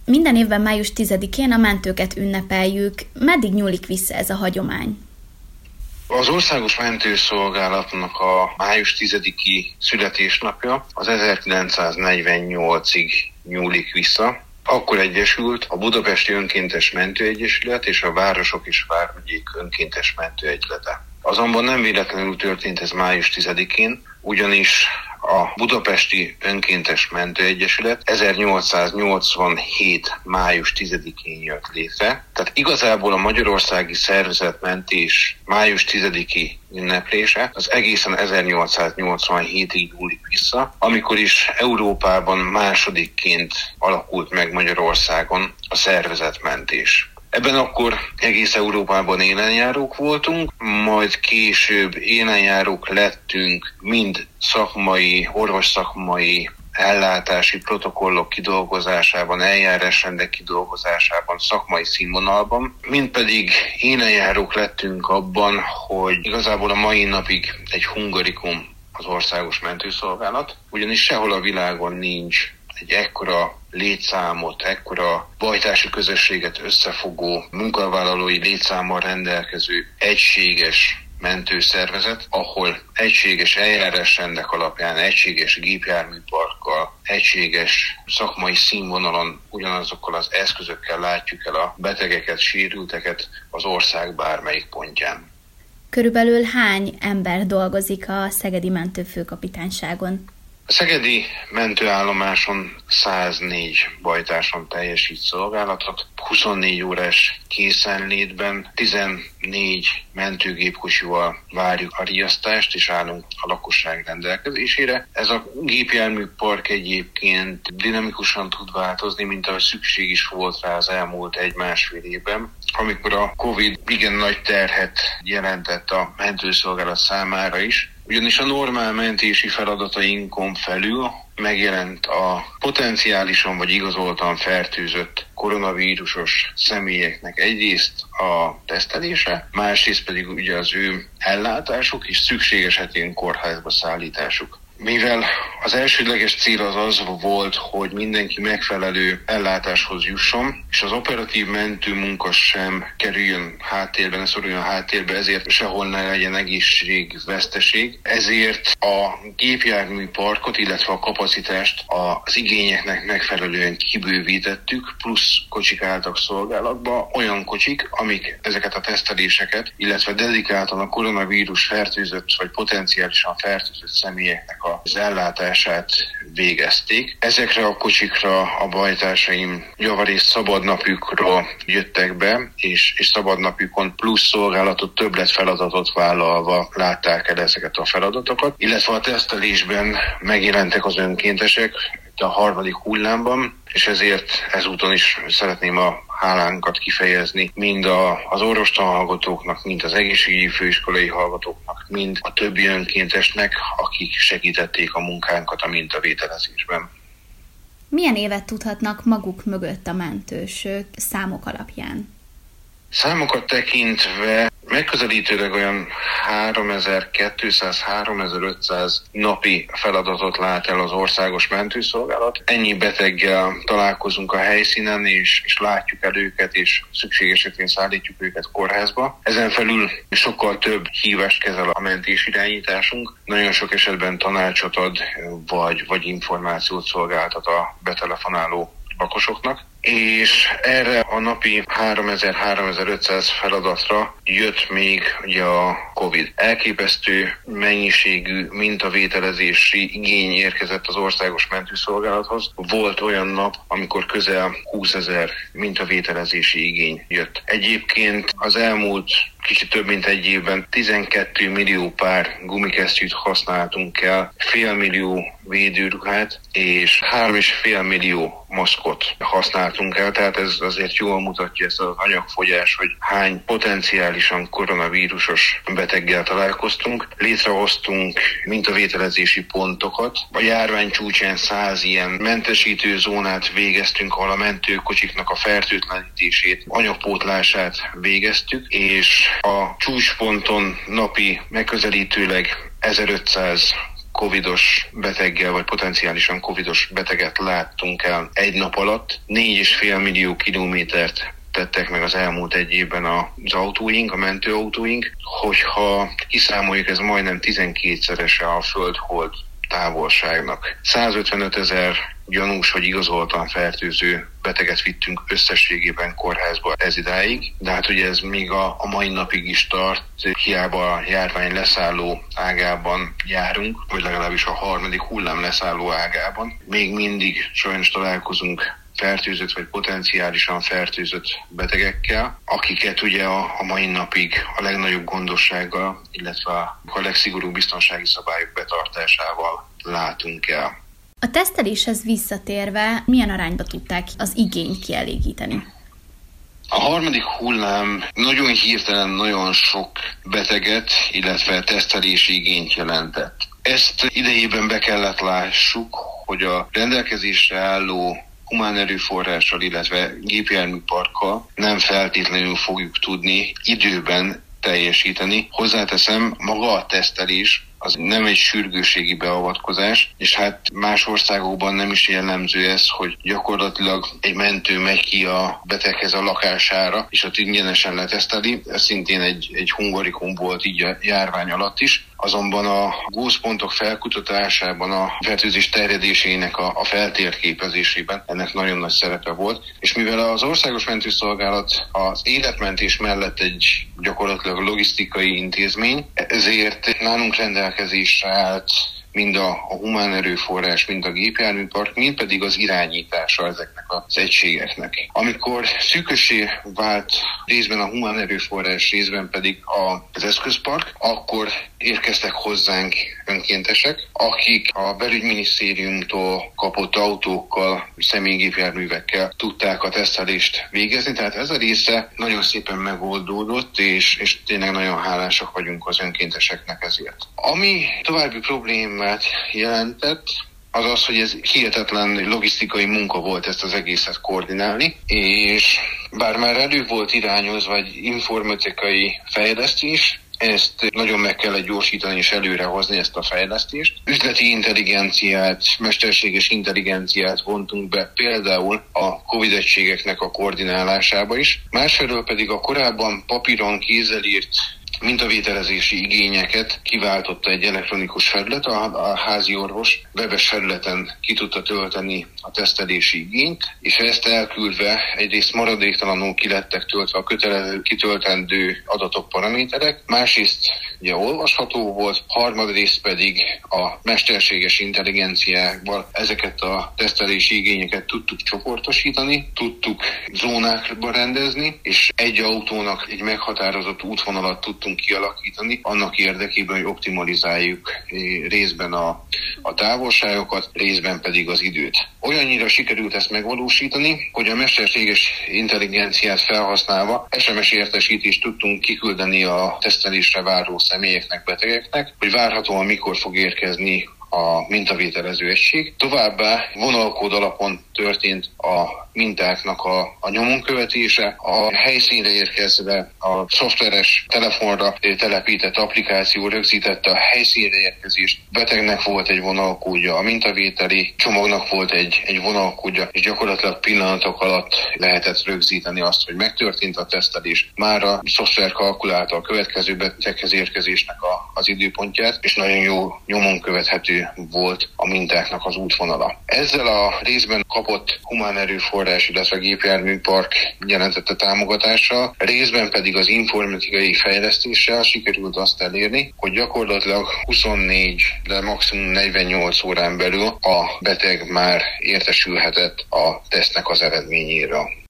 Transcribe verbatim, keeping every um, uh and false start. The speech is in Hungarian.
Minden évben május tizedikén a mentőket ünnepeljük. Meddig nyúlik vissza ez a hagyomány? Az Országos Mentőszolgálatnak a május tizediki születésnapja az ezerkilencszáznegyvennyolcig nyúlik vissza. Akkor egyesült a Budapesti Önkéntes Mentőegyesület és a Városok és Vármegyék Önkéntes Mentőegyülete. Azonban nem véletlenül történt ez május tizedikén, ugyanis a Budapesti Önkéntes Mentőegyesület ezernyolcszáznyolcvanhét május tizedikén jött létre. Tehát igazából a magyarországi szervezetmentés május tizediki ünneplése az egészen ezernyolcszáznyolcvanhétig nyúlik vissza, amikor is Európában másodikként alakult meg Magyarországon a szervezetmentés. Ebben akkor egész Európában élenjárók voltunk, majd később élenjárók lettünk mind szakmai, orvosszakmai ellátási protokollok kidolgozásában, eljárásrendek kidolgozásában, szakmai színvonalban, mind pedig élenjárók lettünk abban, hogy igazából a mai napig egy hungarikum az Országos Mentőszolgálat, ugyanis sehol a világon nincs egy ekkora létszámot, ekkora bajtási közösséget összefogó, munkavállalói létszámmal rendelkező egységes mentőszervezet, ahol egységes eljárásrendek alapján, egységes gépjárműparkkal, egységes szakmai színvonalon ugyanazokkal az eszközökkel látjuk el a betegeket, sérülteket az ország bármelyik pontján. Körülbelül hány ember dolgozik a Szegedi Mentőfőkapitányságon? A szegedi mentőállomáson száznégy bajtárson teljesít szolgálatot, huszonnégy órás készenlétben, tizennégy mentőgépkocsival várjuk a riasztást, és állunk a lakosság rendelkezésére. Ez a gépjárműpark egyébként dinamikusan tud változni, mint ahogy szükség is volt rá az elmúlt egy-másfél évben, amikor a Covid igen nagy terhet jelentett a mentőszolgálat számára is. Ugyanis a normál mentési feladatainkon felül megjelent a potenciálisan vagy igazoltan fertőzött koronavírusos személyeknek egyrészt a tesztelése, másrészt pedig ugye az ő ellátásuk és szükség esetén kórházba szállításuk. Mivel az elsődleges cél az az volt, hogy mindenki megfelelő ellátáshoz jusson, és az operatív mentőmunka sem kerüljön háttérbe, ne szoruljon háttérbe, ezért sehol ne legyen egészségveszteség. Ezért a gépjárműparkot, illetve a kapacitást az igényeknek megfelelően kibővítettük, plusz kocsik álltak szolgálatba, olyan kocsik, amik ezeket a teszteléseket, illetve dedikáltan a koronavírus fertőzött vagy potenciálisan fertőzött személyeknek az ellátását végezték. Ezekre a kocsikra a bajtársaim javarészt szabadnapjukra jöttek be, és, és szabadnapjukon plusz szolgálatot, többlet feladatot vállalva látták el ezeket a feladatokat, illetve a tesztelésben megjelentek az önkéntesek a harmadik hullámban, és ezért ezúton is szeretném a hálánkat kifejezni mind a, az orvostanhallgatóknak, mind az egészségügyi főiskolai hallgatóknak, mind a többi önkéntesnek, akik segítették a munkánkat a mintavételezésben. Milyen évet tudhatnak maguk mögött a mentősök számok alapján? Számokat tekintve megközelítőleg olyan háromezer-kétszáz-háromezer-ötszáz napi feladatot lát el az Országos Mentőszolgálat. Ennyi beteggel találkozunk a helyszínen, és, és látjuk el őket, és szükség esetén szállítjuk őket kórházba. Ezen felül sokkal több hívást kezel a mentés irányításunk. Nagyon sok esetben tanácsot ad, vagy, vagy információt szolgáltat a betelefonáló lakosoknak. És erre a napi háromezer-háromezer-ötszáz feladatra jött még ugye a Covid. Elképesztő mennyiségű mintavételezési igény érkezett az Országos Mentőszolgálathoz. Volt olyan nap, amikor közel húszezer mintavételezési igény jött. Egyébként az elmúlt kicsit több mint egy évben tizenkét millió pár gumikesztyűt használtunk el, fél millió védőruhát és három és fél millió maszkot használtunk el, tehát ez azért jól mutatja ezt az anyagfogyás, hogy hány potenciálisan koronavírusos beteggel találkoztunk. Létrehoztunk mintavételezési pontokat. A járvány csúcsán száz ilyen mentesítő zónát végeztünk, ahol a mentőkocsiknak a fertőtlenítését, anyagpótlását végeztük, és a csúcsponton napi megközelítőleg ezerötszáz covidos beteggel, vagy potenciálisan covidos beteget láttunk el egy nap alatt. négy és fél millió kilométert tettek meg az elmúlt egy évben az autóink, a mentőautóink, hogyha kiszámoljuk, ez majdnem tizenkétszerese a föld-hold távolságnak. százötvenöt ezer gyanús vagy igazoltan fertőző beteget vittünk összességében kórházba ez idáig, de hát ugye ez még a, a mai napig is tart, hiába a járvány leszálló ágában járunk, vagy legalábbis a harmadik hullám leszálló ágában. Még mindig sajnos találkozunk fertőzött vagy potenciálisan fertőzött betegekkel, akiket ugye a, a mai napig a legnagyobb gondossággal, illetve a legszigorúbb biztonsági szabályok betartásával látunk el. A teszteléshez visszatérve, milyen arányba tudták az igényt kielégíteni? A harmadik hullám nagyon hirtelen nagyon sok beteget, illetve tesztelési igényt jelentett. Ezt idejében be kellett lássuk, hogy a rendelkezésre álló humán erőforrással, illetve gépjárműparkkal nem feltétlenül fogjuk tudni időben teljesíteni. Hozzáteszem, maga a tesztelés az nem egy sürgősségi beavatkozás, és hát más országokban nem is jellemző ez, hogy gyakorlatilag egy mentő megy ki a beteghez a lakására, és ott ingyenesen leteszteli. Ez szintén egy, egy hungarikum volt így a járvány alatt is. Azonban a gócpontok felkutatásában, a fertőzés terjedésének a, a feltérképezésében ennek nagyon nagy szerepe volt. És mivel az Országos Mentőszolgálat az életmentés mellett egy gyakorlatilag logisztikai intézmény, ezért nálunk rendelkezésre állt mind a, a humán erőforrás, mind a gépjárműpark, mind pedig az irányítása ezeknek az egységeknek. Amikor szűkössé vált részben a humán erőforrás, részben pedig a, az eszközpark, akkor érkeztek hozzánk önkéntesek, akik a belügyminisztériumtól kapott autókkal, személygépjárművekkel tudták a tesztelést végezni, tehát ez a része nagyon szépen megoldódott, és, és tényleg nagyon hálásak vagyunk az önkénteseknek ezért. Ami további problémát jelentett, az az, hogy ez hihetetlen logisztikai munka volt ezt az egészet koordinálni, és bár már elő volt irányozva egy informatikai fejlesztés, ezt nagyon meg kellett gyorsítani és előrehozni ezt a fejlesztést. Üzleti intelligenciát, mesterséges intelligenciát vontunk be például a Covid egységeknek a koordinálásába is. Másfelől pedig a korábban papíron kézzel írt mintavételezési igényeket kiváltotta egy elektronikus felület, a, a házi orvos webes felületen ki tudta tölteni a tesztelési igényt, és ezt elküldve egyrészt maradéktalanul ki lettek töltve a kötelező kitöltendő adatok, paraméterek, másrészt ugye olvasható volt, harmadrészt pedig a mesterséges intelligenciával ezeket a tesztelési igényeket tudtuk csoportosítani, tudtuk zónákba rendezni, és egy autónak egy meghatározott útvonalat tudtunk kialakítani, annak érdekében, hogy optimalizáljuk részben a, a távolságokat, részben pedig az időt. Olyannyira sikerült ezt megvalósítani, hogy a mesterséges intelligenciát felhasználva es em es értesítést tudtunk kiküldeni a tesztelésre váró személyeknek, betegeknek, hogy várhatóan mikor fog érkezni a mintavételező egység. Továbbá vonalkód alapon történt a mintáknak a, a nyomon követése, a helyszínre érkezve a szoftveres telefonra telepített applikáció rögzítette a helyszínre érkezést, betegnek volt egy vonalkódja, a mintavételi csomagnak volt egy, egy vonalkódja, és gyakorlatilag pillanatok alatt lehetett rögzíteni azt, hogy megtörtént a tesztelés. Már a szoftver kalkulálta a következő beteghez érkezésnek a, az időpontját, és nagyon jó nyomon követhető volt a mintáknak az útvonala. Ezzel a részben kapott humán erőforrás, illetve gépjárműpark jelentette támogatással, részben pedig az informatikai fejlesztéssel sikerült azt elérni, hogy gyakorlatilag huszonnégy, de maximum negyvennyolc órán belül a beteg már értesülhetett a tesztnek az eredményéről.